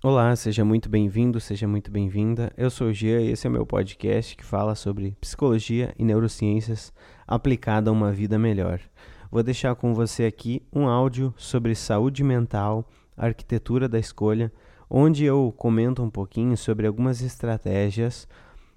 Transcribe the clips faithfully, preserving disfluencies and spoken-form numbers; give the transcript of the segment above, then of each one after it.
Olá, seja muito bem-vindo, seja muito bem-vinda. Eu sou o Gia e esse é o meu podcast que fala sobre psicologia e neurociências aplicada a uma vida melhor. Vou deixar com você aqui um áudio sobre saúde mental, arquitetura da escolha, onde eu comento um pouquinho sobre algumas estratégias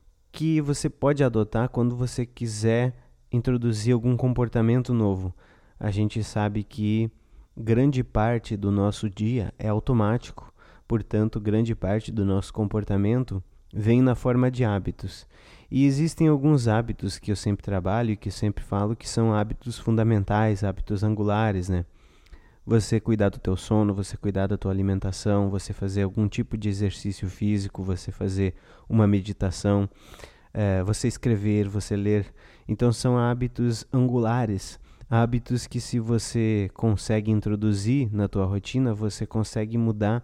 que você pode adotar quando você quiser introduzir algum comportamento novo. A gente sabe que grande parte do nosso dia é automático. Portanto, grande parte do nosso comportamento vem na forma de hábitos. E existem alguns hábitos que eu sempre trabalho e que eu sempre falo que são hábitos fundamentais, hábitos angulares, né? Você cuidar do teu sono, você cuidar da tua alimentação, você fazer algum tipo de exercício físico, você fazer uma meditação, é, você escrever, você ler. Então são hábitos angulares, hábitos que se você consegue introduzir na tua rotina, você consegue mudar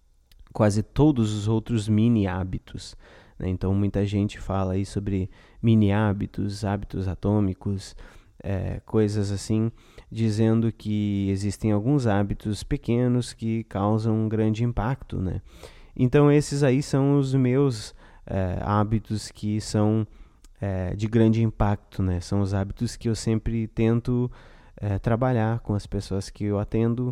quase todos os outros mini hábitos, né? Então muita gente fala aí sobre mini hábitos, hábitos atômicos, é, coisas assim, dizendo que existem alguns hábitos pequenos que causam um grande impacto, né? Então esses aí são os meus é, hábitos que são é, de grande impacto, né? São os hábitos que eu sempre tento é, trabalhar com as pessoas que eu atendo.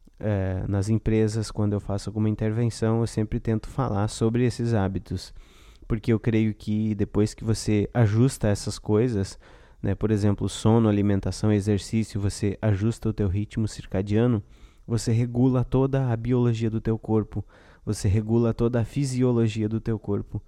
É, nas empresas, quando eu faço alguma intervenção, eu sempre tento falar sobre esses hábitos, porque eu creio que depois que você ajusta essas coisas, né, por exemplo, sono, alimentação, exercício, você ajusta o teu ritmo circadiano, você regula toda a biologia do teu corpo, você regula toda a fisiologia do teu corpo,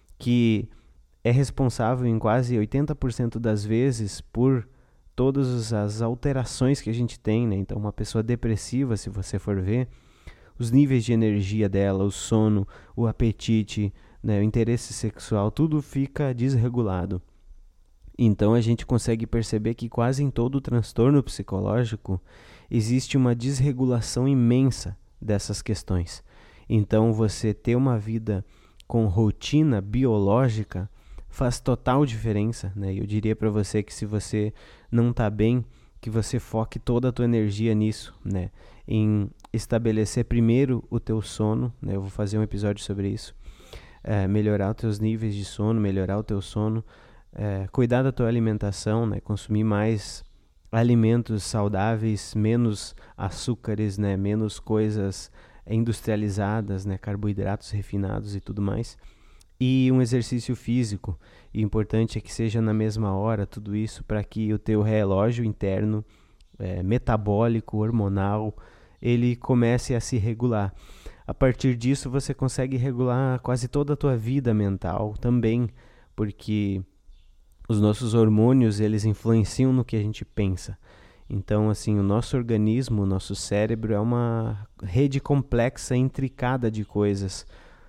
que é responsável em quase oitenta por cento das vezes por todas as alterações que a gente tem, né? Então uma pessoa depressiva, se você for ver, os níveis de energia dela, o sono, o apetite, né, o interesse sexual, tudo fica desregulado. Então a gente consegue perceber que quase em todo o transtorno psicológico existe uma desregulação imensa dessas questões. Então você ter uma vida com rotina biológica faz total diferença, né? Eu diria para você que se você não está bem, que você foque toda a tua energia nisso, né? Em estabelecer primeiro o teu sono, né? Eu vou fazer um episódio sobre isso. É, melhorar os teus níveis de sono, melhorar o teu sono, é, cuidar da tua alimentação, né? Consumir mais alimentos saudáveis, menos açúcares, né? Menos coisas industrializadas, né? Carboidratos refinados e tudo mais. E um exercício físico. E o importante é que seja na mesma hora, tudo isso, para que o teu relógio interno, é, metabólico, hormonal, ele comece a se regular. A partir disso, você consegue regular quase toda a tua vida mental também, porque os nossos hormônios, eles influenciam no que a gente pensa. Então, assim, o nosso organismo, o nosso cérebro é uma rede complexa, intricada de coisas,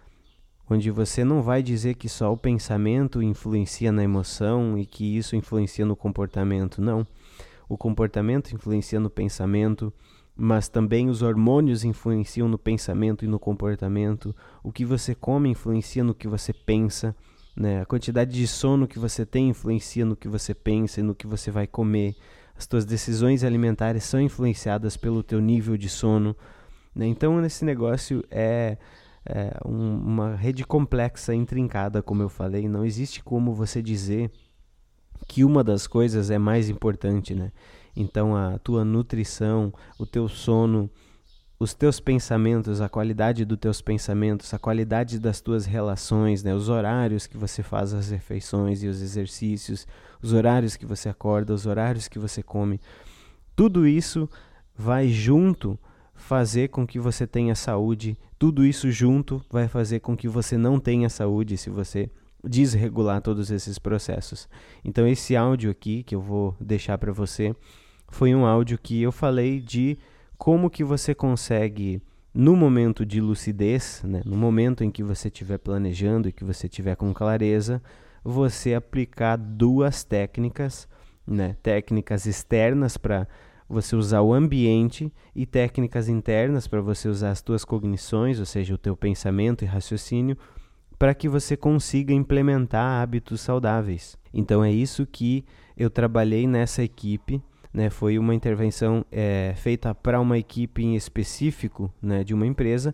onde você não vai dizer que só o pensamento influencia na emoção e que isso influencia no comportamento. Não. O comportamento influencia no pensamento, mas também os hormônios influenciam no pensamento e no comportamento. O que você come influencia no que você pensa, né? A quantidade de sono que você tem influencia no que você pensa e no que você vai comer. As tuas decisões alimentares são influenciadas pelo teu nível de sono, né? Então, esse negócio é... É um, uma rede complexa, intrincada, como eu falei. Não existe como você dizer que uma das coisas é mais importante, né? Então a tua nutrição, o teu sono, os teus pensamentos, a qualidade dos teus pensamentos, a qualidade das tuas relações, né? Os horários que você faz as refeições e os exercícios, os horários que você acorda, os horários que você come, tudo isso vai junto fazer com que você tenha saúde. Tudo isso junto vai fazer com que você não tenha saúde se você desregular todos esses processos. Então esse áudio aqui que eu vou deixar para você foi um áudio que eu falei de como que você consegue, no momento de lucidez, né, no momento em que você estiver planejando e que você estiver com clareza, você aplicar duas técnicas, né, técnicas externas para você usar o ambiente e técnicas internas para você usar as tuas cognições, ou seja, o teu pensamento e raciocínio, para que você consiga implementar hábitos saudáveis. Então é isso que eu trabalhei nessa equipe, né? Foi uma intervenção é, feita para uma equipe em específico, né, de uma empresa,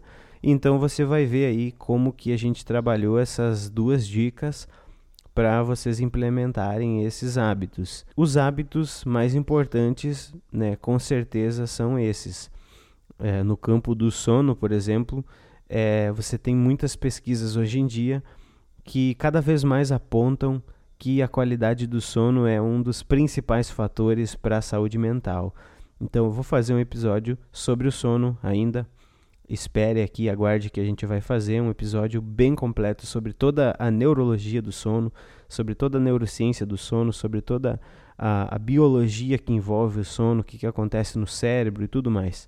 Então você vai ver aí como que a gente trabalhou essas duas dicas para vocês implementarem esses hábitos. Os hábitos mais importantes, né, com certeza são esses. É, no campo do sono, por exemplo, é, você tem muitas pesquisas hoje em dia que cada vez mais apontam que a qualidade do sono é um dos principais fatores para a saúde mental. Então eu vou fazer um episódio sobre o sono ainda. Espere aqui, aguarde que a gente vai fazer um episódio bem completo sobre toda a neurologia do sono, sobre toda a neurociência do sono, sobre toda a, a biologia que envolve o sono, o que, que acontece no cérebro e tudo mais.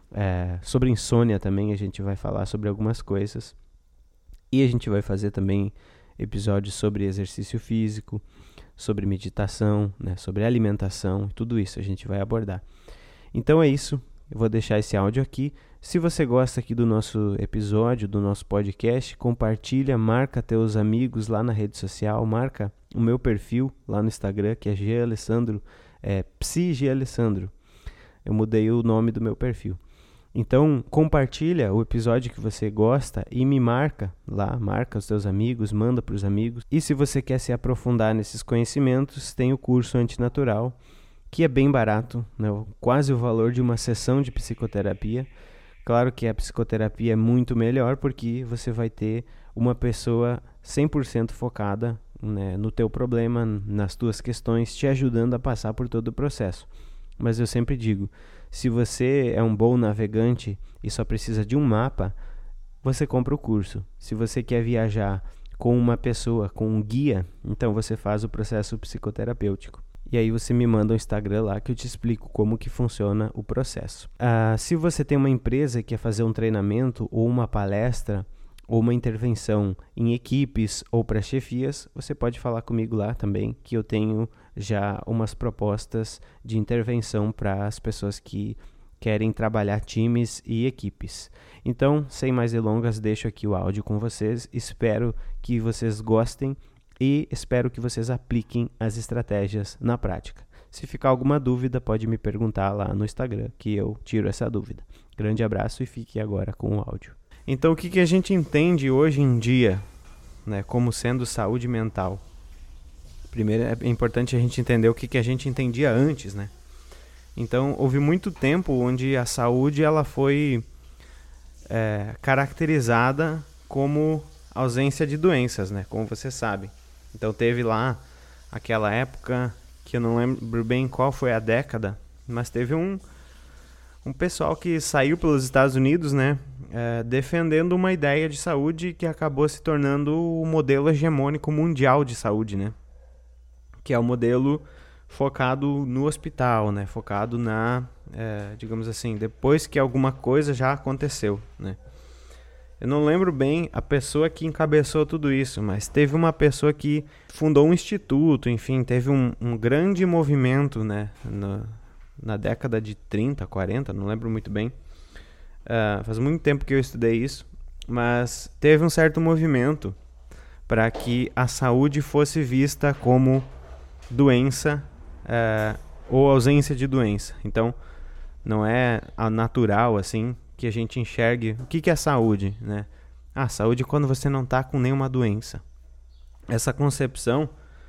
É, sobre insônia também a gente vai falar sobre algumas coisas. E a gente vai fazer também episódios sobre exercício físico, sobre meditação, né, sobre alimentação, tudo isso a gente vai abordar. Então é isso. Eu vou deixar esse áudio aqui. Se você gosta aqui do nosso episódio, do nosso podcast, compartilha, marca teus amigos lá na rede social, marca o meu perfil lá no Instagram, que é G Alessandro, é Psi G Alessandro. Eu mudei o nome do meu perfil. Então, compartilha o episódio que você gosta e me marca lá, marca os teus amigos, manda para os amigos. E se você quer se aprofundar nesses conhecimentos, tem o curso Antinatural, que é bem barato, né? Quase o valor de uma sessão de psicoterapia. Claro que a psicoterapia é muito melhor porque você vai ter uma pessoa cem por cento focada, né, no teu problema, nas tuas questões, te ajudando a passar por todo o processo. Mas eu sempre digo, se você é um bom navegante e só precisa de um mapa, você compra o curso. Se você quer viajar com uma pessoa, com um guia, então você faz o processo psicoterapêutico. E aí você me manda um Instagram lá que eu te explico como que funciona o processo. Ah, se você tem uma empresa que quer fazer um treinamento ou uma palestra ou uma intervenção em equipes ou para chefias, você pode falar comigo lá também, que eu tenho já umas propostas de intervenção para as pessoas que querem trabalhar times e equipes. Então, sem mais delongas, deixo aqui o áudio com vocês. Espero que vocês gostem e espero que vocês apliquem as estratégias na prática. Se ficar alguma dúvida, pode me perguntar lá no Instagram, que eu tiro essa dúvida. Grande abraço e fique agora com o áudio. Então, o que, que a gente entende hoje em dia, né, como sendo saúde mental? Primeiro, é importante a gente entender o que, que a gente entendia antes, né? Então, houve muito tempo onde a saúde ela foi é, caracterizada como ausência de doenças, né? Como você sabe. Então, teve lá aquela época, que eu não lembro bem qual foi a década, mas teve um, um pessoal que saiu pelos Estados Unidos, né? É, defendendo uma ideia de saúde que acabou se tornando o modelo hegemônico mundial de saúde, né? Que é o modelo focado no hospital, né? Focado na, é, digamos assim, depois que alguma coisa já aconteceu, né? Eu não lembro bem a pessoa que encabeçou tudo isso, mas teve uma pessoa que fundou um instituto, enfim, teve um, um grande movimento, né? Na, na década de trinta, quarenta, não lembro muito bem. Uh, faz muito tempo que eu estudei isso, mas teve um certo movimento para que a saúde fosse vista como doença uh, ou ausência de doença. Então, não é natural assim que a gente enxergue o que, que é saúde, né? Ah, saúde é quando você não está com nenhuma doença. Essa concepção,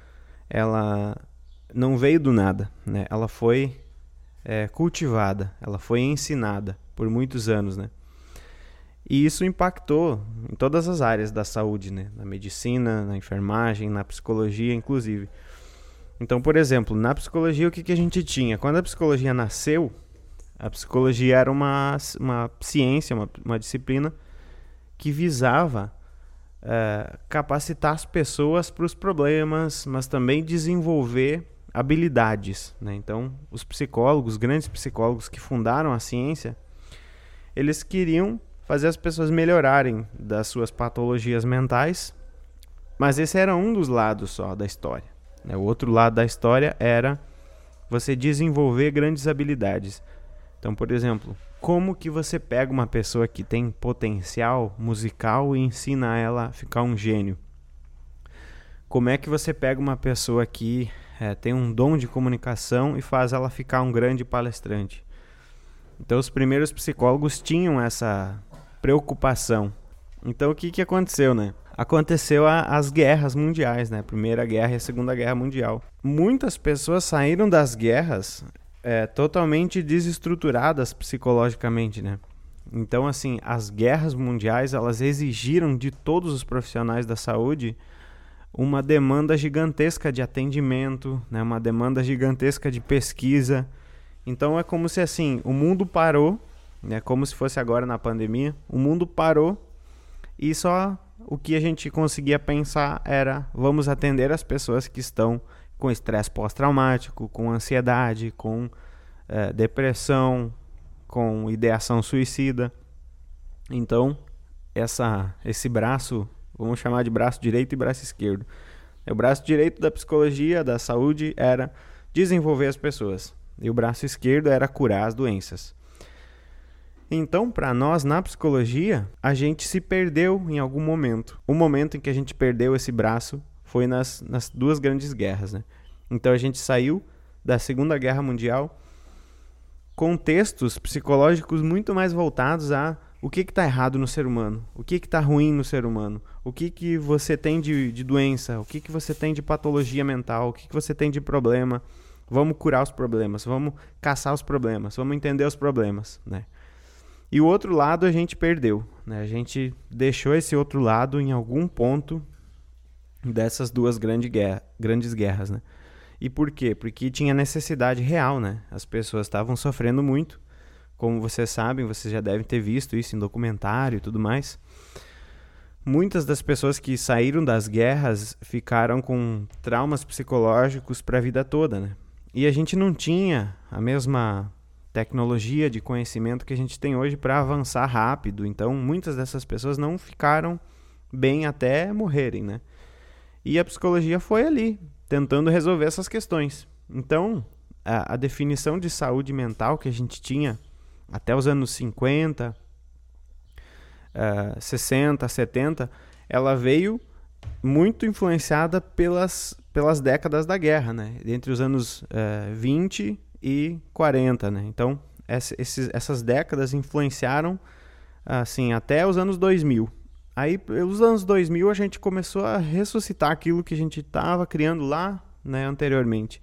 ela não veio do nada, né? Ela foi é, cultivada, ela foi ensinada por muitos anos, né? E isso impactou em todas as áreas da saúde, né? Na medicina, na enfermagem, na psicologia, inclusive. Então, por exemplo, na psicologia, o que, que a gente tinha? Quando a psicologia nasceu, a psicologia era uma, uma ciência, uma, uma disciplina que visava é, capacitar as pessoas para os problemas, mas também desenvolver habilidades, né? Então, os psicólogos, grandes psicólogos que fundaram a ciência, eles queriam fazer as pessoas melhorarem das suas patologias mentais, mas esse era um dos lados só da história, né? O outro lado da história era você desenvolver grandes habilidades. Então, por exemplo, como que você pega uma pessoa que tem potencial musical e ensina ela a ficar um gênio? Como é que você pega uma pessoa que é, tem um dom de comunicação e faz ela ficar um grande palestrante? Então, os primeiros psicólogos tinham essa, preocupação. Então o que, que aconteceu, né? Aconteceu a, as guerras mundiais, né? A Primeira Guerra e a Segunda Guerra Mundial. Muitas pessoas saíram das guerras é, totalmente desestruturadas psicologicamente, né? Então, assim, as guerras mundiais, elas exigiram de todos os profissionais da saúde uma demanda gigantesca de atendimento, né? Uma demanda gigantesca de pesquisa. Então, é como se, assim, o mundo parou, né? Como se fosse agora na pandemia, o mundo parou e só o que a gente conseguia pensar era vamos atender as pessoas que estão com estresse pós-traumático, com ansiedade, com é, depressão, com ideação suicida. Então, essa, esse braço, vamos chamar de braço direito e braço esquerdo. O braço direito da psicologia, da saúde, era desenvolver as pessoas. E o braço esquerdo era curar as doenças. Então, para nós, na psicologia, a gente se perdeu em algum momento. O momento em que a gente perdeu esse braço foi nas, nas duas grandes guerras, né? Então, a gente saiu da Segunda Guerra Mundial com textos psicológicos muito mais voltados a o que está errado no ser humano, o que está ruim no ser humano, o que, que você tem de, de doença, o que, que você tem de patologia mental, o que, que você tem de problema. Vamos curar os problemas, vamos caçar os problemas, vamos entender os problemas, né? E o outro lado a gente perdeu, né? A gente deixou esse outro lado em algum ponto dessas duas grande guerra, grandes guerras, né? E por quê? Porque tinha necessidade real, né? As pessoas estavam sofrendo muito. Como vocês sabem, vocês já devem ter visto isso em documentário e tudo mais. Muitas das pessoas que saíram das guerras ficaram com traumas psicológicos para a vida toda, né? E a gente não tinha a mesma tecnologia de conhecimento que a gente tem hoje para avançar rápido. Então, muitas dessas pessoas não ficaram bem até morrerem, né? E a psicologia foi ali, tentando resolver essas questões. Então, a, a definição de saúde mental que a gente tinha até os anos cinquenta, uh, sessenta, setenta, ela veio muito influenciada pelas, pelas décadas da guerra, né? Entre os anos uh, vinte e quarenta, né? Então, essa, esses, essas décadas influenciaram assim, até os anos dois mil. Aí, pelos anos dois mil, a gente começou a ressuscitar aquilo que a gente estava criando lá, né, anteriormente.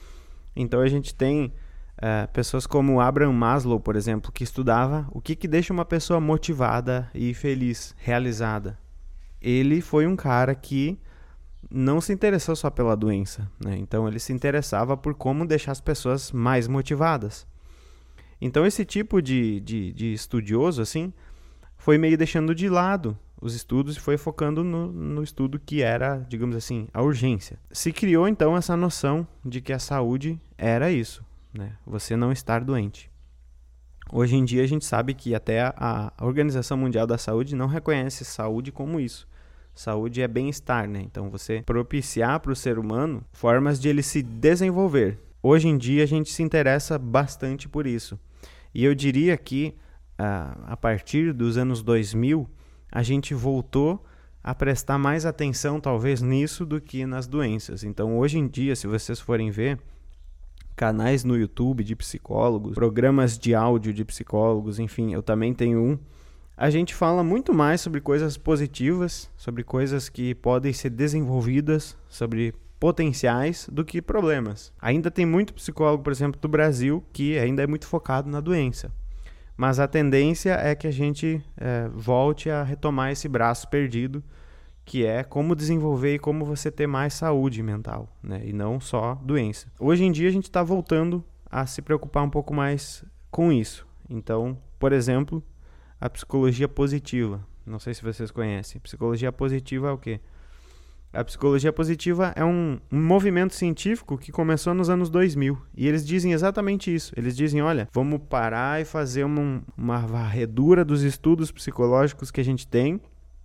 Então, a gente tem uh, pessoas como Abraham Maslow, por exemplo, que estudava o que, que deixa uma pessoa motivada e feliz, realizada. Ele foi um cara que não se interessou só pela doença, né? Então, ele se interessava por como deixar as pessoas mais motivadas. Então, esse tipo de, de, de estudioso, assim, foi meio deixando de lado os estudos e foi focando no, no estudo que era, digamos assim, a urgência. Se criou, então, essa noção de que a saúde era isso, né? Você não estar doente. Hoje em dia, a gente sabe que até a, a Organização Mundial da Saúde não reconhece saúde como isso. Saúde é bem-estar, né? Então, você propiciar para o ser humano formas de ele se desenvolver. Hoje em dia, a gente se interessa bastante por isso. E eu diria que, uh, a partir dos anos dois mil, a gente voltou a prestar mais atenção, talvez, nisso do que nas doenças. Então, hoje em dia, se vocês forem ver canais no YouTube de psicólogos, programas de áudio de psicólogos, enfim, eu também tenho um, a gente fala muito mais sobre coisas positivas, sobre coisas que podem ser desenvolvidas, sobre potenciais do que problemas. Ainda tem muito psicólogo, por exemplo, do Brasil, que ainda é muito focado na doença. Mas a tendência é que a gente é, volte a retomar esse braço perdido, que é como desenvolver e como você ter mais saúde mental, né? E não só doença. Hoje em dia a gente está voltando a se preocupar um pouco mais com isso. Então, por exemplo, a psicologia positiva. Não sei se vocês conhecem. Psicologia positiva é o quê? A psicologia positiva é um, um movimento científico que começou nos anos dois mil. E eles dizem exatamente isso. Eles dizem, olha, vamos parar e fazer uma, uma varredura dos estudos psicológicos que a gente tem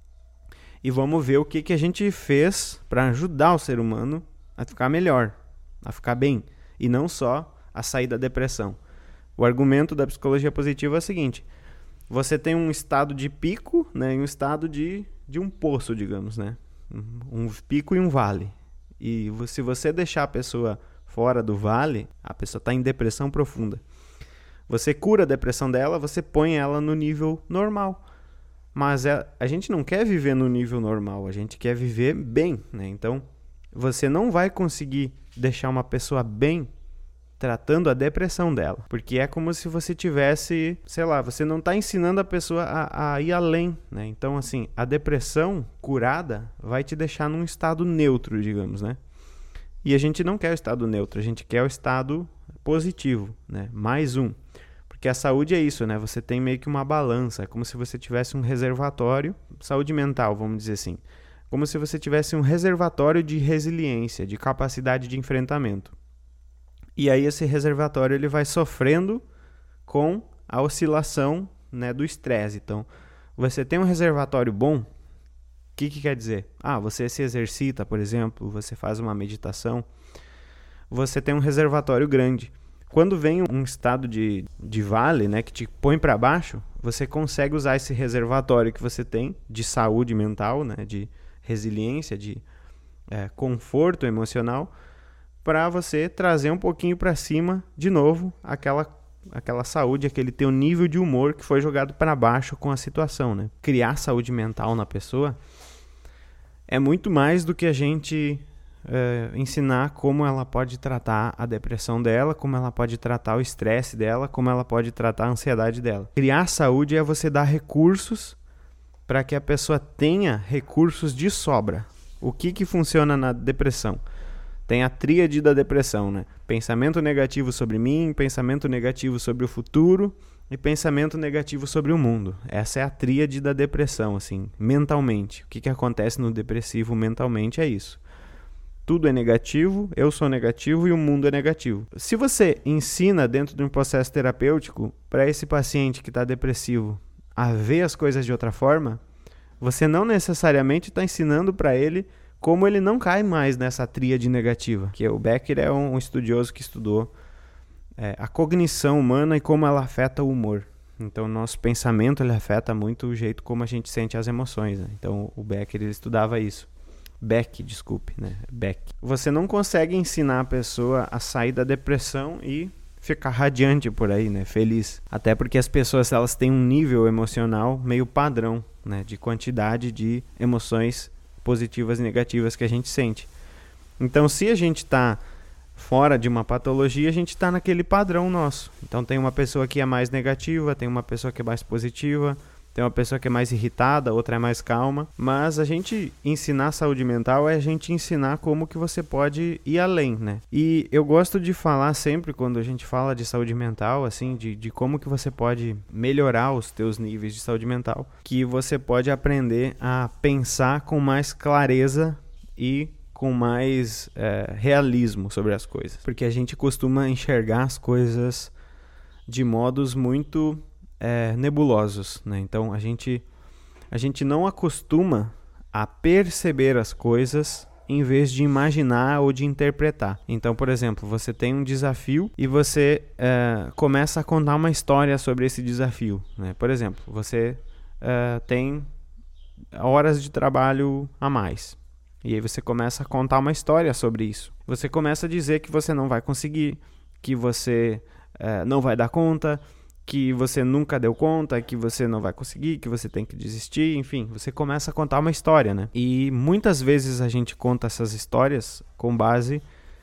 e vamos ver o que, que a gente fez para ajudar o ser humano a ficar melhor, a ficar bem, e não só a sair da depressão. O argumento da psicologia positiva é o seguinte: você tem um estado de pico, né, e um estado de, de um poço, digamos, né? Um pico e um vale. E se você deixar a pessoa fora do vale, a pessoa está em depressão profunda. Você cura a depressão dela, você põe ela no nível normal. mas a, a gente não quer viver no nível normal, a gente quer viver bem, né? Então, você não vai conseguir deixar uma pessoa bem tratando a depressão dela, porque é como se você tivesse, sei lá, você não está ensinando a pessoa a, a ir além, né? Então, assim, a depressão curada vai te deixar num estado neutro, digamos, né? E a gente não quer o estado neutro, a gente quer o estado positivo, né? Mais um. Porque a saúde é isso, né? Você tem meio que uma balança, é como se você tivesse um reservatório, saúde mental, vamos dizer assim. Como se você tivesse um reservatório de resiliência, de capacidade de enfrentamento. E aí esse reservatório ele vai sofrendo com a oscilação, né, do estresse. Então, você tem um reservatório bom, o que, que quer dizer? Ah, você se exercita, por exemplo, você faz uma meditação, você tem um reservatório grande. Quando vem um estado de, de vale, né, que te põe para baixo, você consegue usar esse reservatório que você tem de saúde mental, né, de resiliência, de é, conforto emocional, para você trazer um pouquinho para cima, de novo, aquela, aquela saúde, aquele teu nível de humor que foi jogado para baixo com a situação, né? Criar saúde mental na pessoa é muito mais do que a gente é, ensinar como ela pode tratar a depressão dela, como ela pode tratar o estresse dela, como ela pode tratar a ansiedade dela. Criar saúde é você dar recursos para que a pessoa tenha recursos de sobra. O que que funciona na depressão? Tem a tríade da depressão, né? Pensamento negativo sobre mim, pensamento negativo sobre o futuro e pensamento negativo sobre o mundo. Essa é a tríade da depressão, assim, mentalmente. O que que acontece no depressivo mentalmente é isso. Tudo é negativo, eu sou negativo e o mundo é negativo. Se você ensina dentro de um processo terapêutico para esse paciente que está depressivo a ver as coisas de outra forma, você não necessariamente está ensinando para ele como ele não cai mais nessa tríade negativa. Que o Becker é um estudioso que estudou é, a cognição humana e como ela afeta o humor. Então, nosso pensamento ele afeta muito o jeito como a gente sente as emoções, né? Então, o Becker ele estudava isso. Beck, desculpe, né? Beck. Você não consegue ensinar a pessoa a sair da depressão e ficar radiante por aí, né? Feliz. Até porque as pessoas elas têm um nível emocional meio padrão, né? De quantidade de emoções positivas e negativas que a gente sente. Então, se a gente está fora de uma patologia, a gente está naquele padrão nosso. Então, tem uma pessoa que é mais negativa, tem uma pessoa que é mais positiva, tem uma pessoa que é mais irritada, outra é mais calma. Mas a gente ensinar saúde mental é a gente ensinar como que você pode ir além, né? E eu gosto de falar sempre, quando a gente fala de saúde mental, assim, de, de como que você pode melhorar os teus níveis de saúde mental, que você pode aprender a pensar com mais clareza e com mais é, realismo sobre as coisas. Porque a gente costuma enxergar as coisas de modos muito é, nebulosos, né? Então a gente, a gente não acostuma a perceber as coisas em vez de imaginar ou de interpretar. Então, por exemplo, você tem um desafio e você é, começa a contar uma história sobre esse desafio, né? Por exemplo, você é, tem horas de trabalho a mais. E aí você começa a contar uma história sobre isso. Você começa a dizer que você não vai conseguir, que você é, não vai dar conta, que você nunca deu conta, que você não vai conseguir, que você tem que desistir, enfim. Você começa a contar uma história, né? E muitas vezes a gente conta essas histórias com base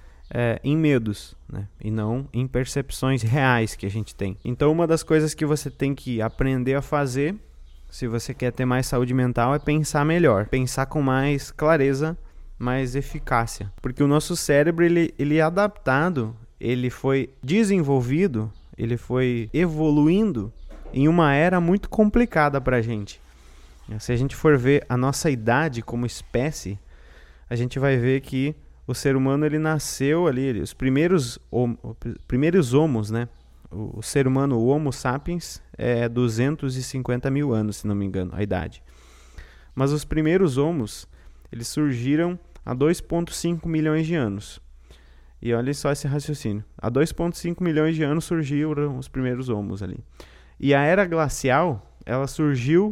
é, em medos, né? E não em percepções reais que a gente tem. Então, uma das coisas que você tem que aprender a fazer, se você quer ter mais saúde mental, é pensar melhor. Pensar com mais clareza, mais eficácia. Porque o nosso cérebro, ele, ele é adaptado, ele foi desenvolvido, ele foi evoluindo em uma era muito complicada pra gente. Se a gente for ver a nossa idade como espécie, a gente vai ver que o ser humano, ele nasceu ali, os primeiros, primeiros homos, né? O ser humano, o Homo sapiens, é duzentos e cinquenta mil anos, se não me engano, a idade. Mas os primeiros homos, eles surgiram há dois vírgula cinco milhões de anos. E olha só esse raciocínio. Há dois vírgula cinco milhões de anos surgiram os primeiros homos ali. E a era glacial, ela surgiu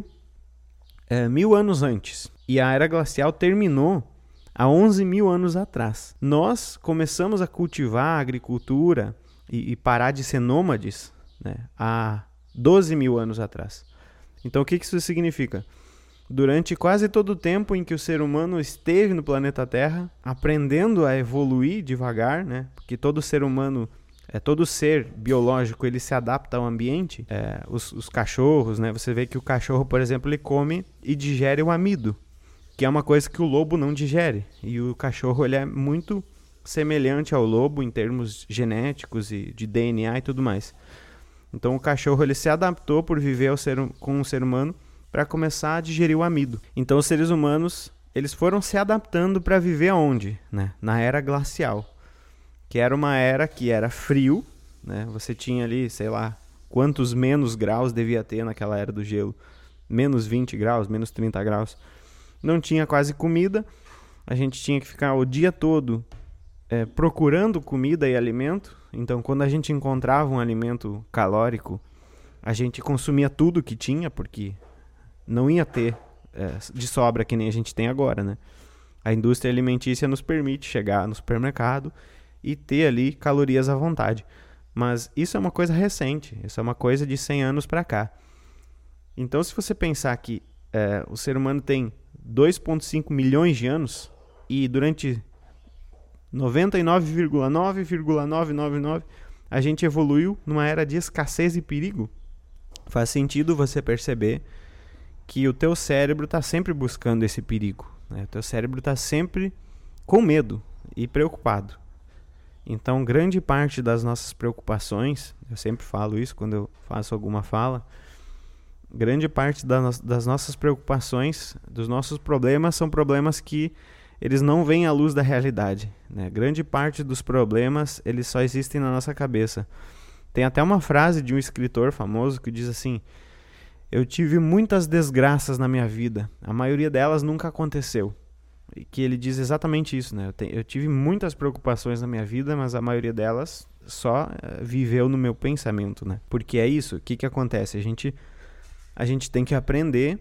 é, mil anos antes. E a era glacial terminou há onze mil anos atrás. Nós começamos a cultivar a agricultura e, e parar de ser nômades, né, há doze mil anos atrás. Então o que isso significa? Durante quase todo o tempo em que o ser humano esteve no planeta Terra, aprendendo a evoluir devagar, né? Porque todo ser humano, é, todo ser biológico, ele se adapta ao ambiente. É, os, os cachorros, né? Você vê que o cachorro, por exemplo, ele come e digere o amido, que é uma coisa que o lobo não digere. E o cachorro, ele é muito semelhante ao lobo em termos genéticos e de D N A e tudo mais. Então o cachorro, ele se adaptou por viver ao ser, com o ser humano para começar a digerir o amido. Então os seres humanos, eles foram se adaptando para viver aonde? Né? Na era glacial, que era uma era que era frio, né? Você tinha ali, sei lá, quantos menos graus devia ter naquela era do gelo, menos vinte graus, menos trinta graus. Não tinha quase comida, a gente tinha que ficar o dia todo é, procurando comida e alimento. Então quando a gente encontrava um alimento calórico, a gente consumia tudo que tinha, porque não ia ter é, de sobra que nem a gente tem agora, né? A indústria alimentícia nos permite chegar no supermercado e ter ali calorias à vontade. Mas isso é uma coisa recente, isso é uma coisa de cem anos para cá. Então, se você pensar que é, o ser humano tem dois vírgula cinco milhões de anos e durante noventa e nove vírgula nove vírgula novecentos e noventa e nove a gente evoluiu numa era de escassez e perigo, faz sentido você perceber que o teu cérebro está sempre buscando esse perigo, né? O teu cérebro está sempre com medo e preocupado. Então, grande parte das nossas preocupações, eu sempre falo isso quando eu faço alguma fala, grande parte das, das nossas preocupações, dos nossos problemas, são problemas que eles não vêm à luz da realidade, né? Grande parte dos problemas, eles só existem na nossa cabeça. Tem até uma frase de um escritor famoso que diz assim: eu tive muitas desgraças na minha vida, a maioria delas nunca aconteceu. E que ele diz exatamente isso, né? Eu, te, eu tive muitas preocupações na minha vida, mas a maioria delas só uh, viveu no meu pensamento, né? Porque é isso, o que que acontece? A gente, a gente tem que aprender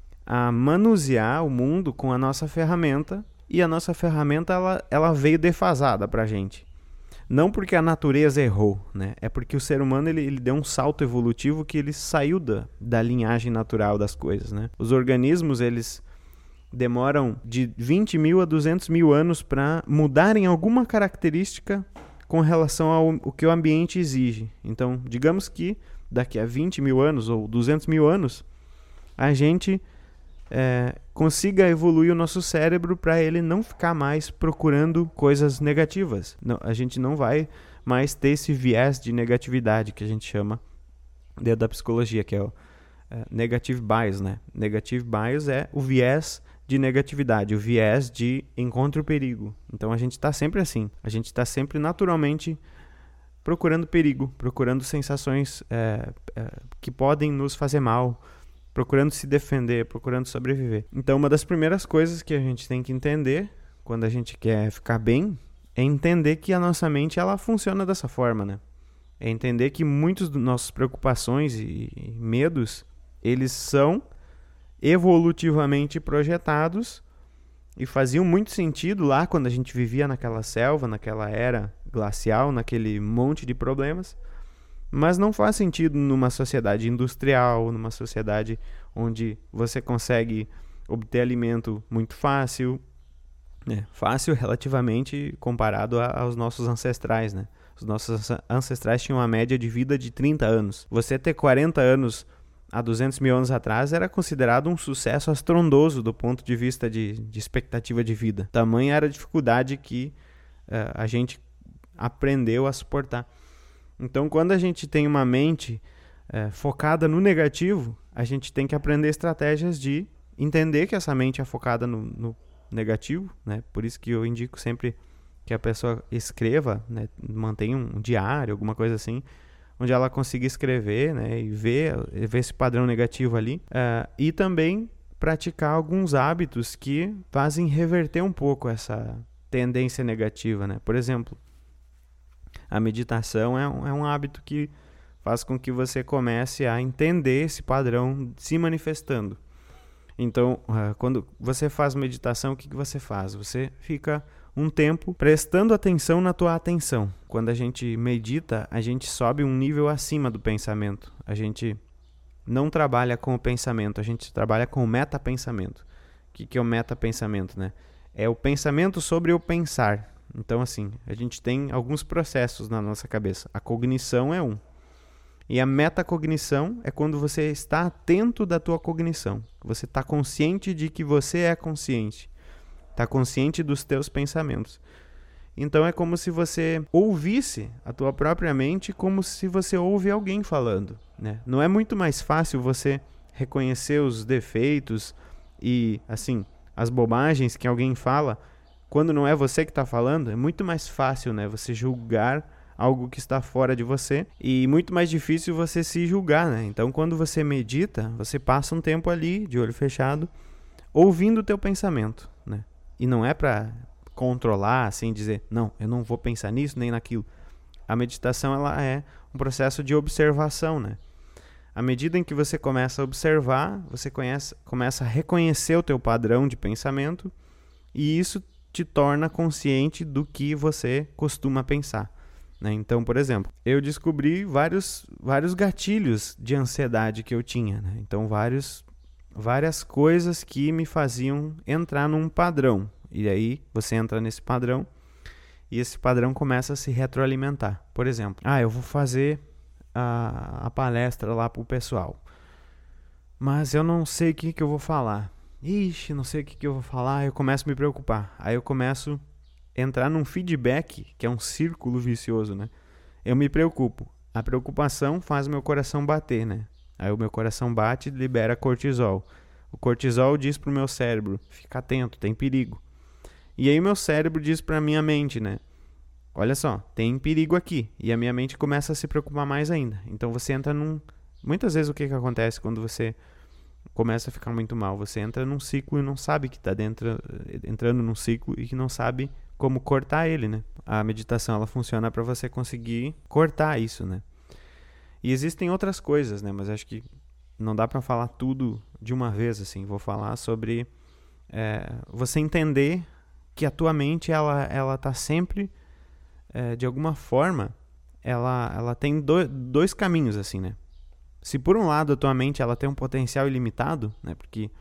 a manusear o mundo com a nossa ferramenta, e a nossa ferramenta, ela, ela veio defasada pra gente. Não porque a natureza errou, né? É porque o ser humano ele, ele deu um salto evolutivo que ele saiu da, da linhagem natural das coisas, né? Os organismos, eles demoram de vinte mil a duzentos mil anos para mudarem alguma característica com relação ao, ao que o ambiente exige. Então, digamos que daqui a vinte mil anos ou duzentos mil anos, a gente é, consiga evoluir o nosso cérebro para ele não ficar mais procurando coisas negativas. Não, a gente não vai mais ter esse viés de negatividade que a gente chama dentro da psicologia, que é o é, negative bias, né? Negative bias é o viés de negatividade, o viés de encontro-perigo. Então a gente está sempre assim, a gente está sempre naturalmente procurando perigo, procurando sensações é, é, que podem nos fazer mal, procurando se defender, procurando sobreviver. Então uma das primeiras coisas que a gente tem que entender quando a gente quer ficar bem é entender que a nossa mente ela funciona dessa forma, né? É entender que muitos dos nossos preocupações e, e medos, eles são evolutivamente projetados e faziam muito sentido lá quando a gente vivia naquela selva, naquela era glacial, naquele monte de problemas. Mas não faz sentido numa sociedade industrial, numa sociedade onde você consegue obter alimento muito fácil, né? Fácil relativamente comparado a, aos nossos ancestrais, né? Os nossos ancestrais tinham uma média de vida de trinta anos. Você ter quarenta anos há duzentos mil anos atrás era considerado um sucesso astrondoso do ponto de vista de, de expectativa de vida. Tamanha era a dificuldade que uh, a gente aprendeu a suportar. Então, quando a gente tem uma mente é, focada no negativo, a gente tem que aprender estratégias de entender que essa mente é focada no, no negativo, né? Por isso que eu indico sempre que a pessoa escreva, né? Mantenha um diário, alguma coisa assim, onde ela consiga escrever, né? E ver, ver esse padrão negativo ali. É, e também praticar alguns hábitos que fazem reverter um pouco essa tendência negativa, né? Por exemplo, a meditação é um, é um hábito que faz com que você comece a entender esse padrão se manifestando. Então, uh, quando você faz meditação, o que, que você faz? Você fica um tempo prestando atenção na tua atenção. Quando a gente medita, a gente sobe um nível acima do pensamento. A gente não trabalha com o pensamento, a gente trabalha com o metapensamento. O que, que é o metapensamento, né? É o pensamento sobre o pensar. Então, assim, a gente tem alguns processos na nossa cabeça. A cognição é um. E a metacognição é quando você está atento da tua cognição. Você está consciente de que você é consciente. Está consciente dos teus pensamentos. Então é como se você ouvisse a tua própria mente como se você ouve alguém falando, né? Não é muito mais fácil você reconhecer os defeitos e, assim, as bobagens que alguém fala quando não é você que está falando? É muito mais fácil, né? Você julgar algo que está fora de você e muito mais difícil você se julgar, né? Então, quando você medita, você passa um tempo ali, de olho fechado, ouvindo o teu pensamento, né? E não é para controlar, assim, dizer, não, eu não vou pensar nisso nem naquilo. A meditação, ela é um processo de observação, né? À medida em que você começa a observar, você conhece, começa a reconhecer o teu padrão de pensamento e isso te torna consciente do que você costuma pensar, né? Então, por exemplo, eu descobri vários, vários gatilhos de ansiedade que eu tinha, né? Então, vários, várias coisas que me faziam entrar num padrão. E aí você entra nesse padrão e esse padrão começa a se retroalimentar. Por exemplo, ah, eu vou fazer a, a palestra lá pro pessoal, mas eu não sei o que, que eu vou falar. Ixi, não sei o que, que eu vou falar, eu começo a me preocupar. Aí eu começo a entrar num feedback, que é um círculo vicioso, né? Eu me preocupo. A preocupação faz meu coração bater, né? Aí o meu coração bate e libera cortisol. O cortisol diz pro meu cérebro, fica atento, tem perigo. E aí o meu cérebro diz pra minha mente, né? Olha só, tem perigo aqui. E a minha mente começa a se preocupar mais ainda. Então você entra num... Muitas vezes o que, que acontece quando você começa a ficar muito mal? Você entra num ciclo e não sabe que está dentro, entrando num ciclo e que não sabe como cortar ele, né? A meditação, ela funciona para você conseguir cortar isso, né? E existem outras coisas, né? Mas acho que não dá para falar tudo de uma vez, assim. Vou falar sobre é, você entender que a tua mente, ela, ela tá sempre, é, de alguma forma, ela, ela tem do, dois caminhos, assim, né? Se por um lado a tua mente, ela tem um potencial ilimitado, né? Porque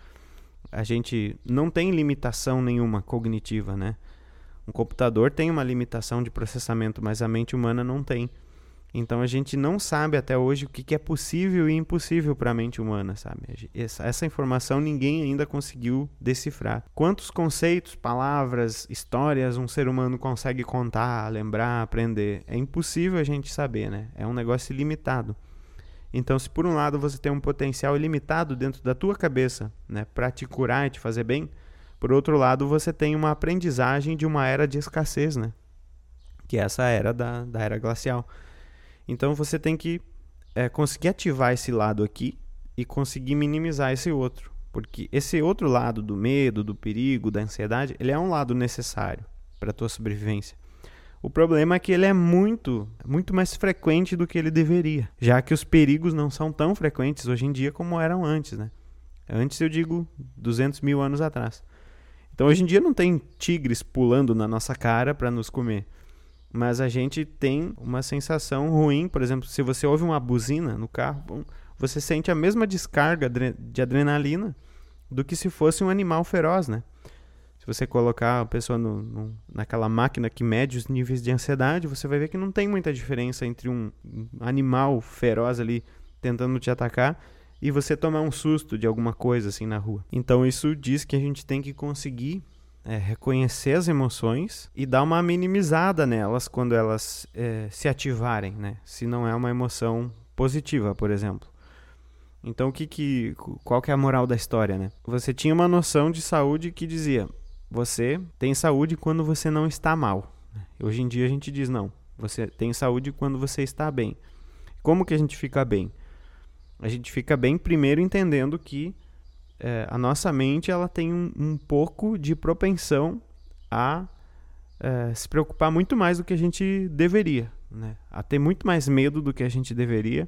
a gente não tem limitação nenhuma cognitiva, né? Um computador tem uma limitação de processamento, mas a mente humana não tem. Então a gente não sabe até hoje o que é possível e impossível para a mente humana, sabe? Essa, essa informação ninguém ainda conseguiu decifrar. Quantos conceitos, palavras, histórias um ser humano consegue contar, lembrar, aprender? É impossível a gente saber, né? É um negócio ilimitado. Então, se por um lado você tem um potencial ilimitado dentro da tua cabeça, né, para te curar e te fazer bem, por outro lado você tem uma aprendizagem de uma era de escassez, né? Que é essa era da, da era glacial. Então você tem que é, conseguir ativar esse lado aqui e conseguir minimizar esse outro. Porque esse outro lado do medo, do perigo, da ansiedade, ele é um lado necessário para a tua sobrevivência. O problema é que ele é muito, muito mais frequente do que ele deveria, já que os perigos não são tão frequentes hoje em dia como eram antes, né? Antes eu digo duzentos mil anos atrás. Então hoje em dia não tem tigres pulando na nossa cara para nos comer. Mas a gente tem uma sensação ruim, por exemplo, se você ouve uma buzina no carro, bom, você sente a mesma descarga de adrenalina do que se fosse um animal feroz, né? Se você colocar a pessoa no, no, naquela máquina que mede os níveis de ansiedade, você vai ver que não tem muita diferença entre um animal feroz ali tentando te atacar e você tomar um susto de alguma coisa assim na rua. Então isso diz que a gente tem que conseguir É, reconhecer as emoções e dar uma minimizada nelas quando elas é, se ativarem, né? Se não é uma emoção positiva, por exemplo. Então, o que que, qual que é a moral da história, né? Você tinha uma noção de saúde que dizia, você tem saúde quando você não está mal. Hoje em dia a gente diz, não, você tem saúde quando você está bem. Como que a gente fica bem? A gente fica bem primeiro entendendo que É, a nossa mente ela tem um, um pouco de propensão a é, se preocupar muito mais do que a gente deveria, né? A ter muito mais medo do que a gente deveria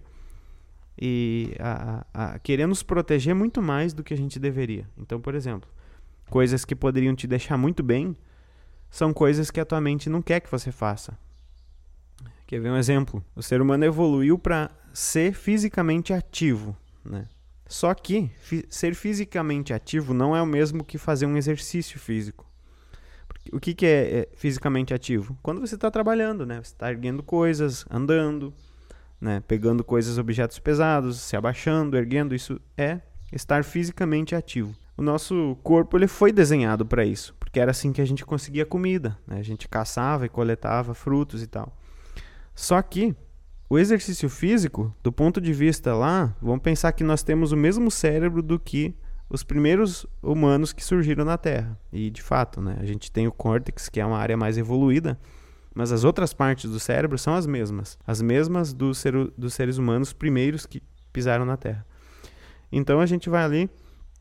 e a, a, a querer nos proteger muito mais do que a gente deveria. Então, por exemplo, coisas que poderiam te deixar muito bem são coisas que a tua mente não quer que você faça. Quer ver um exemplo? O ser humano evoluiu para ser fisicamente ativo, né? Só que fi- ser fisicamente ativo não é o mesmo que fazer um exercício físico. O que, que é, é fisicamente ativo? Quando você está trabalhando, né? Você está erguendo coisas, andando, né? Pegando coisas, objetos pesados, se abaixando, erguendo. Isso é estar fisicamente ativo. O nosso corpo ele foi desenhado para isso, porque era assim que a gente conseguia comida, né? A gente caçava e coletava frutos e tal. Só que o exercício físico, do ponto de vista lá, vamos pensar que nós temos o mesmo cérebro do que os primeiros humanos que surgiram na Terra. E, de fato, né, a gente tem o córtex, que é uma área mais evoluída, mas as outras partes do cérebro são as mesmas. As mesmas dos, ser, dos seres humanos primeiros que pisaram na Terra. Então, a gente vai ali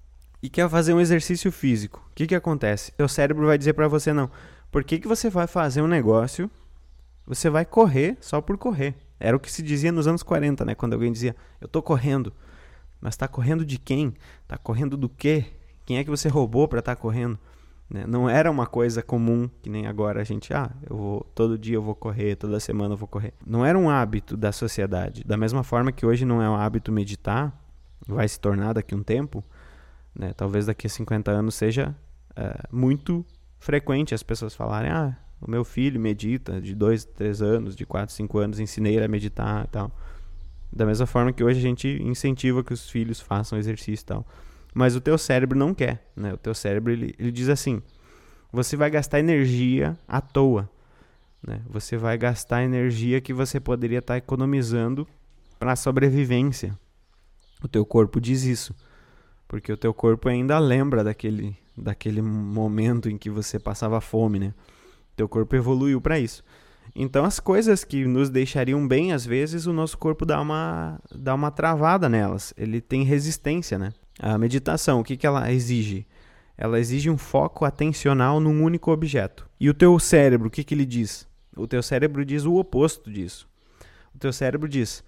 e quer fazer um exercício físico. O que, que acontece? Seu cérebro vai dizer para você, não, por que, que você vai fazer um negócio, você vai correr só por correr. Era o que se dizia nos anos quarenta, né, quando alguém dizia, eu tô correndo. Mas está correndo de quem? Está correndo do quê? Quem é que você roubou para estar tá correndo? Né? Não era uma coisa comum, que nem agora a gente, ah, eu vou, todo dia eu vou correr, toda semana eu vou correr. Não era um hábito da sociedade. Da mesma forma que hoje não é um hábito meditar, vai se tornar daqui a um tempo, né? Talvez daqui a cinquenta anos seja é, muito frequente as pessoas falarem, ah, o meu filho medita de dois, três anos, de quatro, cinco anos, ensinei ele a meditar e tal. Da mesma forma que hoje a gente incentiva que os filhos façam exercício e tal. Mas o teu cérebro não quer, né? O teu cérebro, ele, ele diz assim, você vai gastar energia à toa, né? Você vai gastar energia que você poderia estar economizando para a sobrevivência. O teu corpo diz isso, porque o teu corpo ainda lembra daquele, daquele momento em que você passava fome, né? O teu corpo evoluiu para isso. Então, as coisas que nos deixariam bem, às vezes, o nosso corpo dá uma, dá uma travada nelas. Ele tem resistência, né? A meditação, o que, que ela exige? Ela exige um foco atencional num único objeto. E o teu cérebro, o que, que ele diz? O teu cérebro diz o oposto disso. O teu cérebro diz,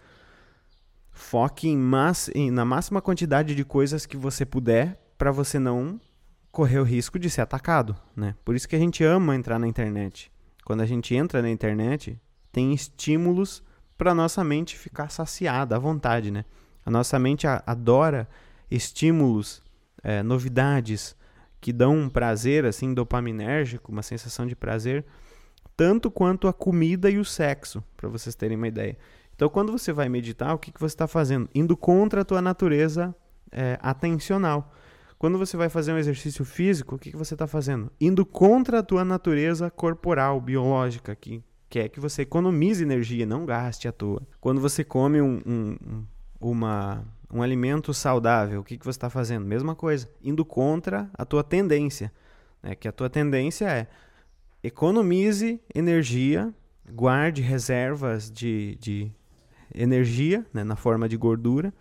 foque em mass, em, na máxima quantidade de coisas que você puder para você não correr o risco de ser atacado, né? Por isso que a gente ama entrar na internet. Quando a gente entra na internet, tem estímulos para a nossa mente ficar saciada, à vontade, né? A nossa mente a, adora estímulos, é, novidades, que dão um prazer, assim, dopaminérgico, uma sensação de prazer, tanto quanto a comida e o sexo, para vocês terem uma ideia. Então, quando você vai meditar, o que, que você está fazendo? Indo contra a tua natureza é, atencional. Quando você vai fazer um exercício físico, o que, que você está fazendo? Indo contra a tua natureza corporal, biológica, que quer que você economize energia, não gaste à toa. Quando você come um, um, uma, um alimento saudável, o que, que você está fazendo? Mesma coisa, indo contra a tua tendência, né? Que a tua tendência é economize energia, guarde reservas de, de energia, né, na forma de gordura.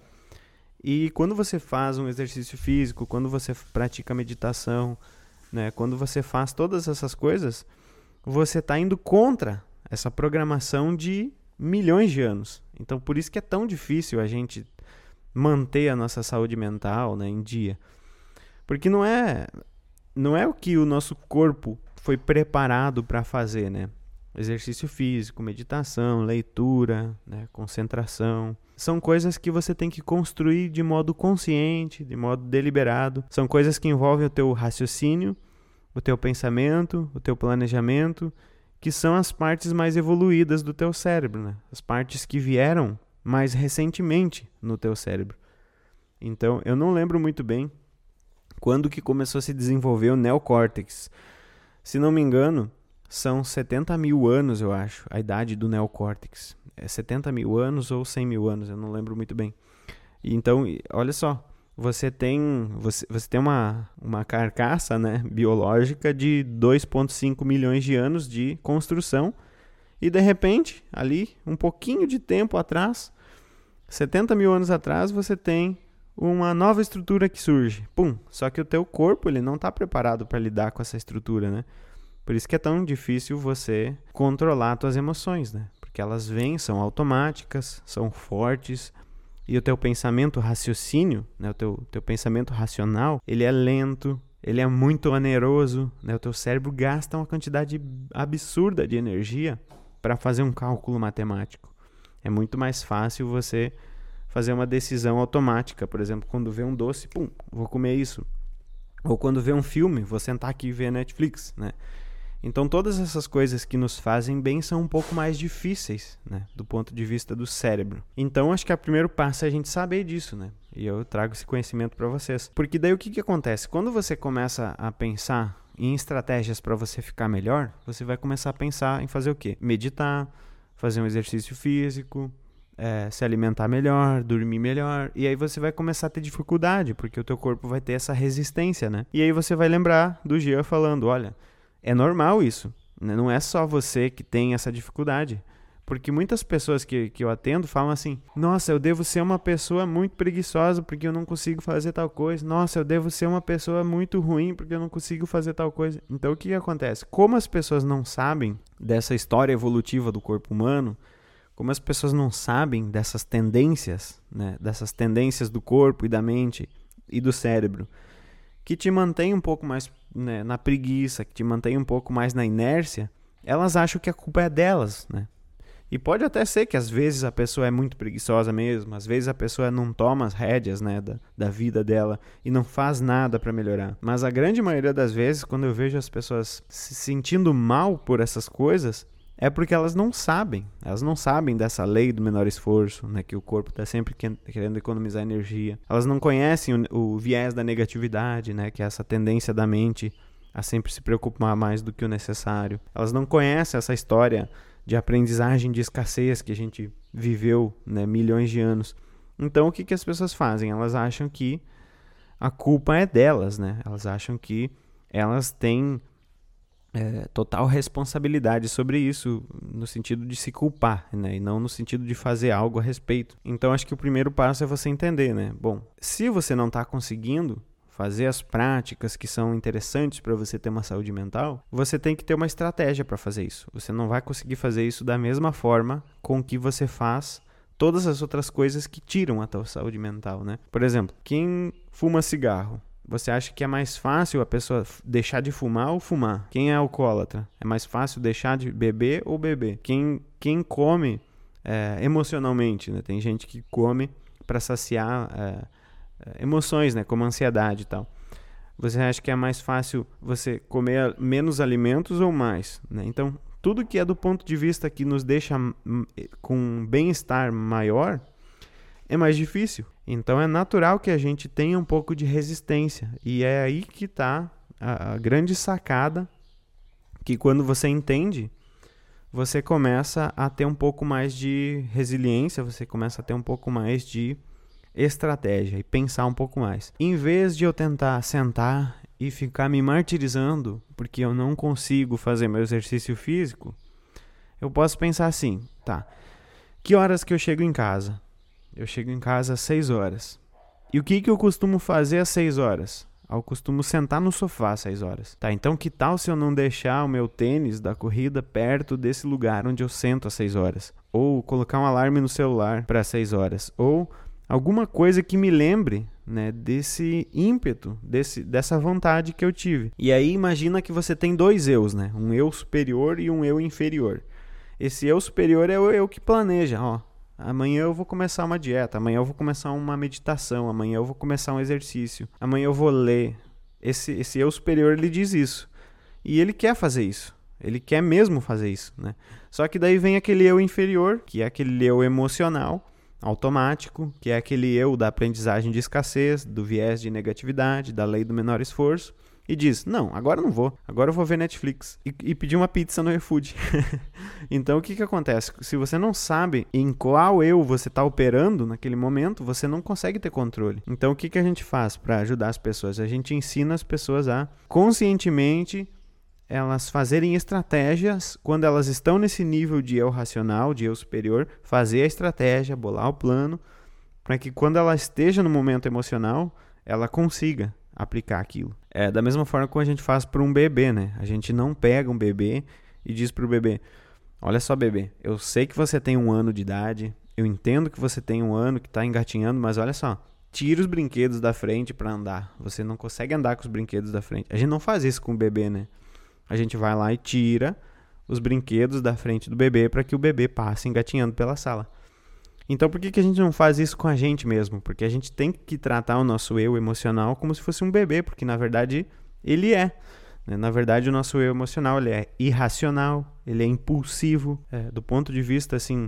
E quando você faz um exercício físico, quando você pratica meditação, né, quando você faz todas essas coisas, você está indo contra essa programação de milhões de anos. Então, por isso que é tão difícil a gente manter a nossa saúde mental, né, em dia. Porque não é, não é o que o nosso corpo foi preparado para fazer, né? Exercício físico, meditação, leitura, né, concentração. São coisas que você tem que construir de modo consciente, de modo deliberado. São coisas que envolvem o teu raciocínio, o teu pensamento, o teu planejamento, que são as partes mais evoluídas do teu cérebro, né? As partes que vieram mais recentemente no teu cérebro. Então, eu não lembro muito bem quando que começou a se desenvolver o neocórtex. Se não me engano, são setenta mil anos, eu acho, a idade do neocórtex. É setenta mil anos ou cem mil anos, eu não lembro muito bem. E então, olha só, você tem, você, você tem uma, uma carcaça, né, biológica de dois vírgula cinco milhões de anos de construção e, de repente, ali, um pouquinho de tempo atrás, setenta mil anos atrás, você tem uma nova estrutura que surge. Pum! Só que o teu corpo ele não está preparado para lidar com essa estrutura, né? Por isso que é tão difícil você controlar as tuas emoções, né? Porque elas vêm, são automáticas, são fortes, e o teu pensamento raciocínio, né? O teu, teu pensamento racional, ele é lento, ele é muito oneroso, né? O teu cérebro gasta uma quantidade absurda de energia para fazer um cálculo matemático. É muito mais fácil você fazer uma decisão automática. Por exemplo, quando vê um doce, pum, vou comer isso. Ou quando vê um filme, vou sentar aqui e ver Netflix, né? Então, todas essas coisas que nos fazem bem são um pouco mais difíceis, né, do ponto de vista do cérebro. Então, acho que o primeiro passo é a gente saber disso, né? E eu trago esse conhecimento para vocês. Porque daí o que, que acontece? Quando você começa a pensar em estratégias para você ficar melhor, você vai começar a pensar em fazer o quê? Meditar, fazer um exercício físico, é, se alimentar melhor, dormir melhor. E aí você vai começar a ter dificuldade, porque o teu corpo vai ter essa resistência, né? E aí você vai lembrar do Jean falando, olha... É normal isso, né? Não é só você que tem essa dificuldade. Porque muitas pessoas que, que eu atendo falam assim, nossa, eu devo ser uma pessoa muito preguiçosa porque eu não consigo fazer tal coisa. Nossa, eu devo ser uma pessoa muito ruim porque eu não consigo fazer tal coisa. Então, o que, que acontece? Como as pessoas não sabem dessa história evolutiva do corpo humano, como as pessoas não sabem dessas tendências, né? Dessas tendências do corpo e da mente e do cérebro, que te mantém um pouco mais, né, na preguiça, que te mantém um pouco mais na inércia, elas acham que a culpa é delas, né? E pode até ser que às vezes a pessoa é muito preguiçosa mesmo, às vezes a pessoa não toma as rédeas, né, da, da vida dela e não faz nada para melhorar. Mas a grande maioria das vezes, quando eu vejo as pessoas se sentindo mal por essas coisas, é porque elas não sabem, elas não sabem dessa lei do menor esforço, né, que o corpo está sempre querendo economizar energia. Elas não conhecem o, o viés da negatividade, né, que é essa tendência da mente a sempre se preocupar mais do que o necessário. Elas não conhecem essa história de aprendizagem de escassez que a gente viveu, né, milhões de anos. Então, o que, que as pessoas fazem? Elas acham que a culpa é delas, né? Elas acham que elas têm... É, total responsabilidade sobre isso, no sentido de se culpar, né? E não no sentido de fazer algo a respeito. Então, acho que o primeiro passo é você entender, né? Bom, se você não está conseguindo fazer as práticas que são interessantes para você ter uma saúde mental, você tem que ter uma estratégia para fazer isso. Você não vai conseguir fazer isso da mesma forma com que você faz todas as outras coisas que tiram a tua saúde mental, né? Por exemplo, quem fuma cigarro, você acha que é mais fácil a pessoa deixar de fumar ou fumar? Quem é alcoólatra? É mais fácil deixar de beber ou beber? Quem, quem come é, emocionalmente, né? Tem gente que come para saciar é, emoções, né? Como ansiedade e tal. Você acha que é mais fácil você comer menos alimentos ou mais, né? Então, tudo que é do ponto de vista que nos deixa com um bem-estar maior é mais difícil. Então é natural que a gente tenha um pouco de resistência. E é aí que está a, a grande sacada, que quando você entende, você começa a ter um pouco mais de resiliência, você começa a ter um pouco mais de estratégia e pensar um pouco mais. Em vez de eu tentar sentar e ficar me martirizando porque eu não consigo fazer meu exercício físico, eu posso pensar assim, tá, que horas que eu chego em casa? Eu chego em casa às seis horas. E o que, que eu costumo fazer às seis horas? Eu costumo sentar no sofá às seis horas. Tá, então que tal se eu não deixar o meu tênis da corrida perto desse lugar onde eu sento às seis horas? Ou colocar um alarme no celular para seis horas? Ou alguma coisa que me lembre, né, desse ímpeto, desse, dessa vontade que eu tive. E aí imagina que você tem dois eus, né? Um eu superior e um eu inferior. Esse eu superior é o eu que planeja, ó. Amanhã eu vou começar uma dieta, amanhã eu vou começar uma meditação, amanhã eu vou começar um exercício, amanhã eu vou ler. Esse, esse eu superior, ele diz isso. E ele quer fazer isso. Ele quer mesmo fazer isso, né? Só que daí vem aquele eu inferior, que é aquele eu emocional, automático, que é aquele eu da aprendizagem de escassez, do viés de negatividade, da lei do menor esforço, e diz, não, agora eu não vou, agora eu vou ver Netflix e, e pedir uma pizza no iFood. Então, o que que acontece? Se você não sabe em qual eu você está operando naquele momento, você não consegue ter controle. Então, o que que a gente faz para ajudar as pessoas? A gente ensina as pessoas a, conscientemente, elas fazerem estratégias quando elas estão nesse nível de eu racional, de eu superior, fazer a estratégia, bolar o plano, para que quando ela esteja no momento emocional, ela consiga aplicar aquilo. É da mesma forma que a gente faz para um bebê, né? A gente não pega um bebê e diz para o bebê, olha só, bebê, eu sei que você tem um ano de idade, eu entendo que você tem um ano que está engatinhando, mas olha só, tira os brinquedos da frente para andar. Você não consegue andar com os brinquedos da frente. A gente não faz isso com o bebê, né? A gente vai lá e tira os brinquedos da frente do bebê para que o bebê passe engatinhando pela sala. Então por que, que a gente não faz isso com a gente mesmo? Porque a gente tem que tratar o nosso eu emocional como se fosse um bebê, porque na verdade ele é. Né? Na verdade o nosso eu emocional ele é irracional, ele é impulsivo, é, do ponto de vista assim,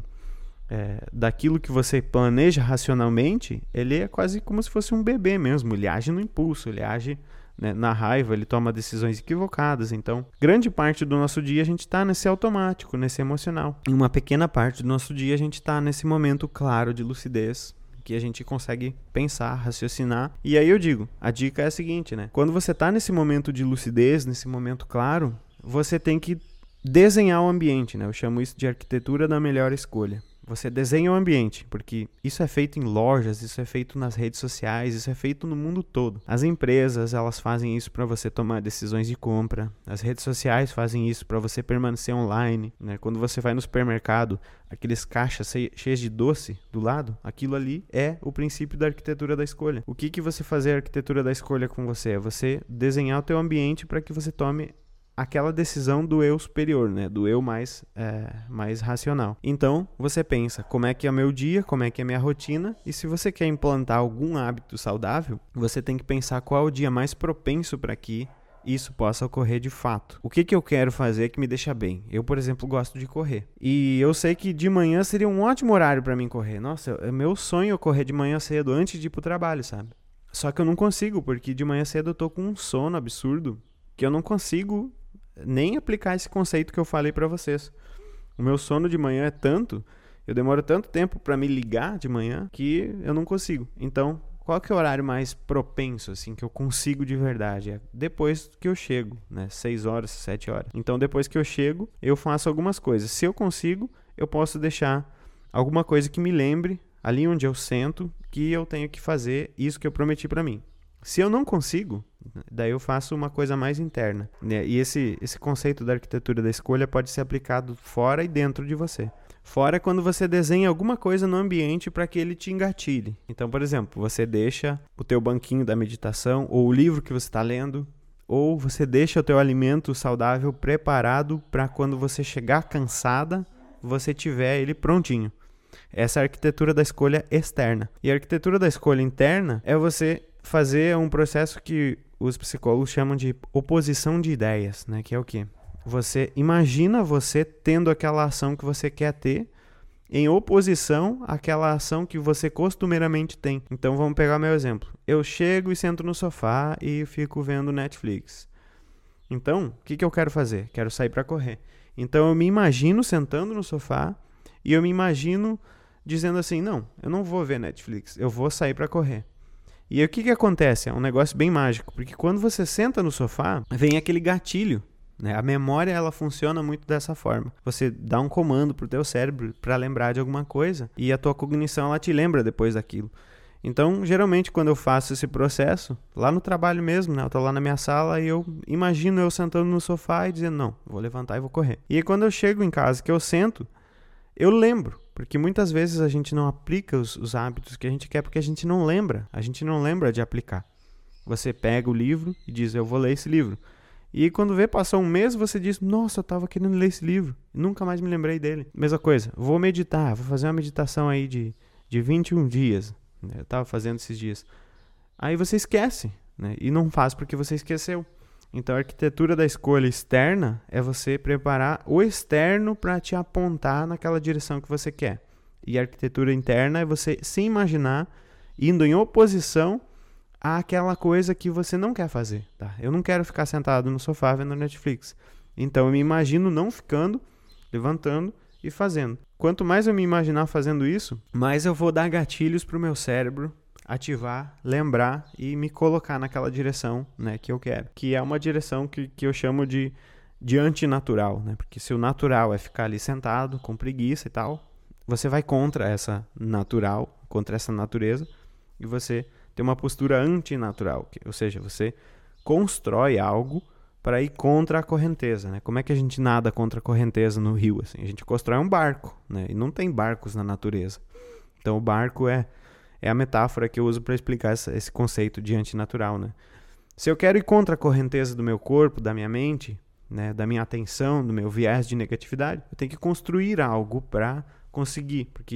é, daquilo que você planeja racionalmente, ele é quase como se fosse um bebê mesmo, ele age no impulso, ele age... Né, na raiva, ele toma decisões equivocadas. Então, grande parte do nosso dia a gente está nesse automático, nesse emocional. Em uma pequena parte do nosso dia a gente está nesse momento claro de lucidez, que a gente consegue pensar, raciocinar. E aí eu digo, a dica é a seguinte, né? Quando você está nesse momento de lucidez, nesse momento claro, você tem que desenhar o ambiente, né? Eu chamo isso de arquitetura da melhor escolha. Você desenha o ambiente, porque isso é feito em lojas, isso é feito nas redes sociais, isso é feito no mundo todo. As empresas, elas fazem isso para você tomar decisões de compra. As redes sociais fazem isso para você permanecer online, né? Quando você vai no supermercado, aqueles caixas cheios de doce do lado, aquilo ali é o princípio da arquitetura da escolha. O que que você fazer a arquitetura da escolha com você? É você desenhar o teu ambiente para que você tome aquela decisão do eu superior, né? Do eu mais, é, mais racional. Então, você pensa, como é que é o meu dia, como é que é a minha rotina, e se você quer implantar algum hábito saudável, você tem que pensar qual é o dia mais propenso para que isso possa ocorrer de fato. O que que eu quero fazer que me deixa bem? Eu, por exemplo, gosto de correr. E eu sei que de manhã seria um ótimo horário para mim correr. Nossa, é meu sonho correr de manhã cedo, antes de ir pro trabalho, sabe? Só que eu não consigo, porque de manhã cedo eu tô com um sono absurdo, que eu não consigo nem aplicar esse conceito que eu falei para vocês. O meu sono de manhã é tanto, eu demoro tanto tempo para me ligar de manhã que eu não consigo. Então, qual que é o horário mais propenso, assim, que eu consigo de verdade? É depois que eu chego, né? seis horas, sete horas. Então, depois que eu chego, eu faço algumas coisas. Se eu consigo, eu posso deixar alguma coisa que me lembre, ali onde eu sento, que eu tenho que fazer isso que eu prometi para mim. Se eu não consigo, daí eu faço uma coisa mais interna, né? E esse, esse conceito da arquitetura da escolha pode ser aplicado fora e dentro de você. Fora é quando você desenha alguma coisa no ambiente para que ele te engatilhe. Então, por exemplo, você deixa o teu banquinho da meditação, ou o livro que você está lendo, ou você deixa o teu alimento saudável preparado para quando você chegar cansada, você tiver ele prontinho. Essa é a arquitetura da escolha externa. E a arquitetura da escolha interna é você fazer um processo que os psicólogos chamam de oposição de ideias, né? Que é o quê? Você imagina você tendo aquela ação que você quer ter em oposição àquela ação que você costumeiramente tem. Então vamos pegar meu exemplo. Eu chego e sento no sofá e fico vendo Netflix. Então, o que, que eu quero fazer? Quero sair para correr. Então eu me imagino sentando no sofá e eu me imagino dizendo assim, não, eu não vou ver Netflix, eu vou sair para correr. E aí o que que acontece? É um negócio bem mágico, porque quando você senta no sofá, vem aquele gatilho, né? A memória, ela funciona muito dessa forma. Você dá um comando pro teu cérebro para lembrar de alguma coisa e a tua cognição, ela te lembra depois daquilo. Então, geralmente, quando eu faço esse processo, lá no trabalho mesmo, né? Eu tô lá na minha sala e eu imagino eu sentando no sofá e dizendo, não, vou levantar e vou correr. E aí quando eu chego em casa, que eu sento, eu lembro. Porque muitas vezes a gente não aplica os, os hábitos que a gente quer porque a gente não lembra. A gente não lembra de aplicar. Você pega o livro e diz, eu vou ler esse livro. E quando vê, passou um mês, você diz, nossa, eu estava querendo ler esse livro. Nunca mais me lembrei dele. Mesma coisa, vou meditar, vou fazer uma meditação aí de, de vinte e um dias. Eu estava fazendo esses dias. Aí você esquece, né? E não faz porque você esqueceu. Então a arquitetura da escolha externa é você preparar o externo para te apontar naquela direção que você quer. E a arquitetura interna é você se imaginar indo em oposição àquela coisa que você não quer fazer. Tá? Eu não quero ficar sentado no sofá vendo Netflix. Então eu me imagino não ficando, levantando e fazendo. Quanto mais eu me imaginar fazendo isso, mais eu vou dar gatilhos para o meu cérebro ativar, lembrar e me colocar naquela direção, né, que eu quero. Que é uma direção que, que eu chamo de, de antinatural, né? Porque se o natural é ficar ali sentado, com preguiça e tal, você vai contra essa natural, contra essa natureza, e você tem uma postura antinatural, que, ou seja, você constrói algo para ir contra a correnteza, né? Como é que a gente nada contra a correnteza no rio? Assim? A gente constrói um barco, né? E não tem barcos na natureza. Então o barco é É a metáfora que eu uso para explicar essa, esse conceito de antinatural, né? Se eu quero ir contra a correnteza do meu corpo, da minha mente, né, da minha atenção, do meu viés de negatividade, eu tenho que construir algo para conseguir, porque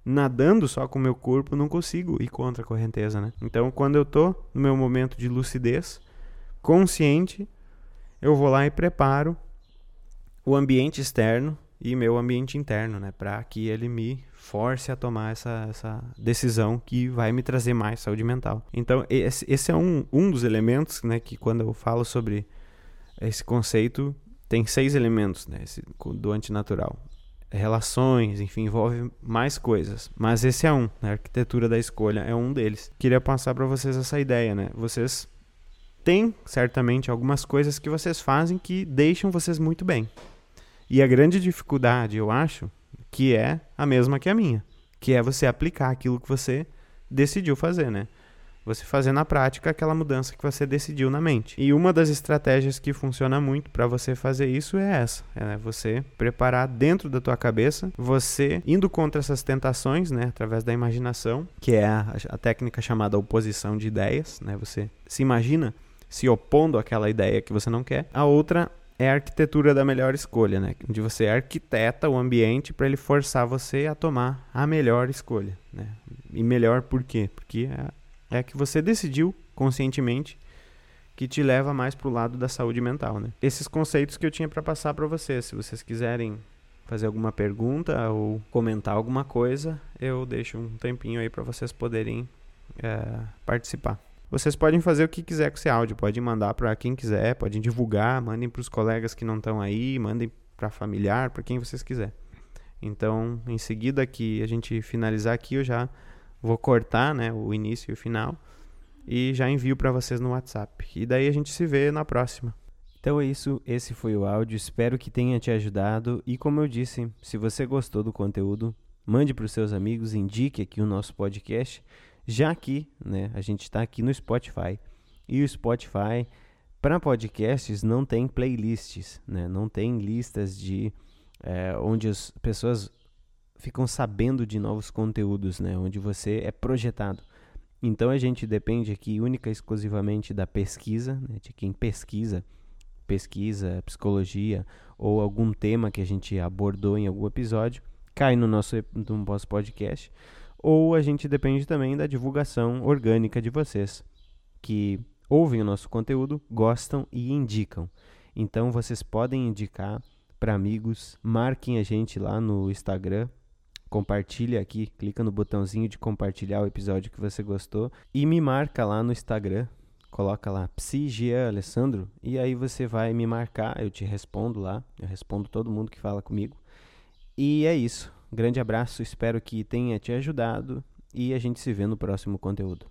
nadando só com o meu corpo, não consigo ir contra a correnteza, né? Então, quando eu tô no meu momento de lucidez, consciente, eu vou lá e preparo o ambiente externo e meu ambiente interno, né? Para que ele me force a tomar essa, essa decisão que vai me trazer mais saúde mental. Então, esse, esse é um, um dos elementos, né? Que quando eu falo sobre esse conceito, tem seis elementos, né? Esse, do antinatural. Relações, enfim, envolve mais coisas. Mas esse é um, né? A arquitetura da escolha é um deles. Queria passar para vocês essa ideia, né? Vocês têm, certamente, algumas coisas que vocês fazem que deixam vocês muito bem. E a grande dificuldade, eu acho, que é a mesma que a minha. Que é você aplicar aquilo que você decidiu fazer, né? Você fazer na prática aquela mudança que você decidiu na mente. E uma das estratégias que funciona muito para você fazer isso é essa. É você preparar dentro da tua cabeça, você indo contra essas tentações, né? Através da imaginação, que é a, a técnica chamada oposição de ideias, né? Você se imagina se opondo àquela ideia que você não quer. A outra é a arquitetura da melhor escolha, né? Onde você arquiteta o ambiente para ele forçar você a tomar a melhor escolha, né? E melhor por quê? Porque é, é a que você decidiu conscientemente que te leva mais para o lado da saúde mental, né? Esses conceitos que eu tinha para passar para vocês. Se vocês quiserem fazer alguma pergunta ou comentar alguma coisa, eu deixo um tempinho aí para vocês poderem é, participar. Vocês podem fazer o que quiser com esse áudio, podem mandar para quem quiser, podem divulgar, mandem para os colegas que não estão aí, mandem para familiar, para quem vocês quiserem. Então, em seguida que a gente finalizar aqui, eu já vou cortar, né, o início e o final e já envio para vocês no WhatsApp. E daí a gente se vê na próxima. Então é isso, esse foi o áudio, espero que tenha te ajudado e como eu disse, se você gostou do conteúdo, mande para os seus amigos, indique aqui o nosso podcast. Já que, né, a gente está aqui no Spotify e o Spotify para podcasts não tem playlists, né, não tem listas de é, onde as pessoas ficam sabendo de novos conteúdos, né, onde você é projetado. Então a gente depende aqui única e exclusivamente da pesquisa, né, de quem pesquisa, pesquisa, psicologia ou algum tema que a gente abordou em algum episódio, cai no nosso, no nosso podcast. Ou a gente depende também da divulgação orgânica de vocês, que ouvem o nosso conteúdo, gostam e indicam. Então vocês podem indicar para amigos, marquem a gente lá no Instagram, compartilha aqui, clica no botãozinho de compartilhar o episódio que você gostou e me marca lá no Instagram, coloca lá Psigia Alessandro e aí você vai me marcar, eu te respondo lá, eu respondo todo mundo que fala comigo. E é isso. Grande abraço, espero que tenha te ajudado e a gente se vê no próximo conteúdo.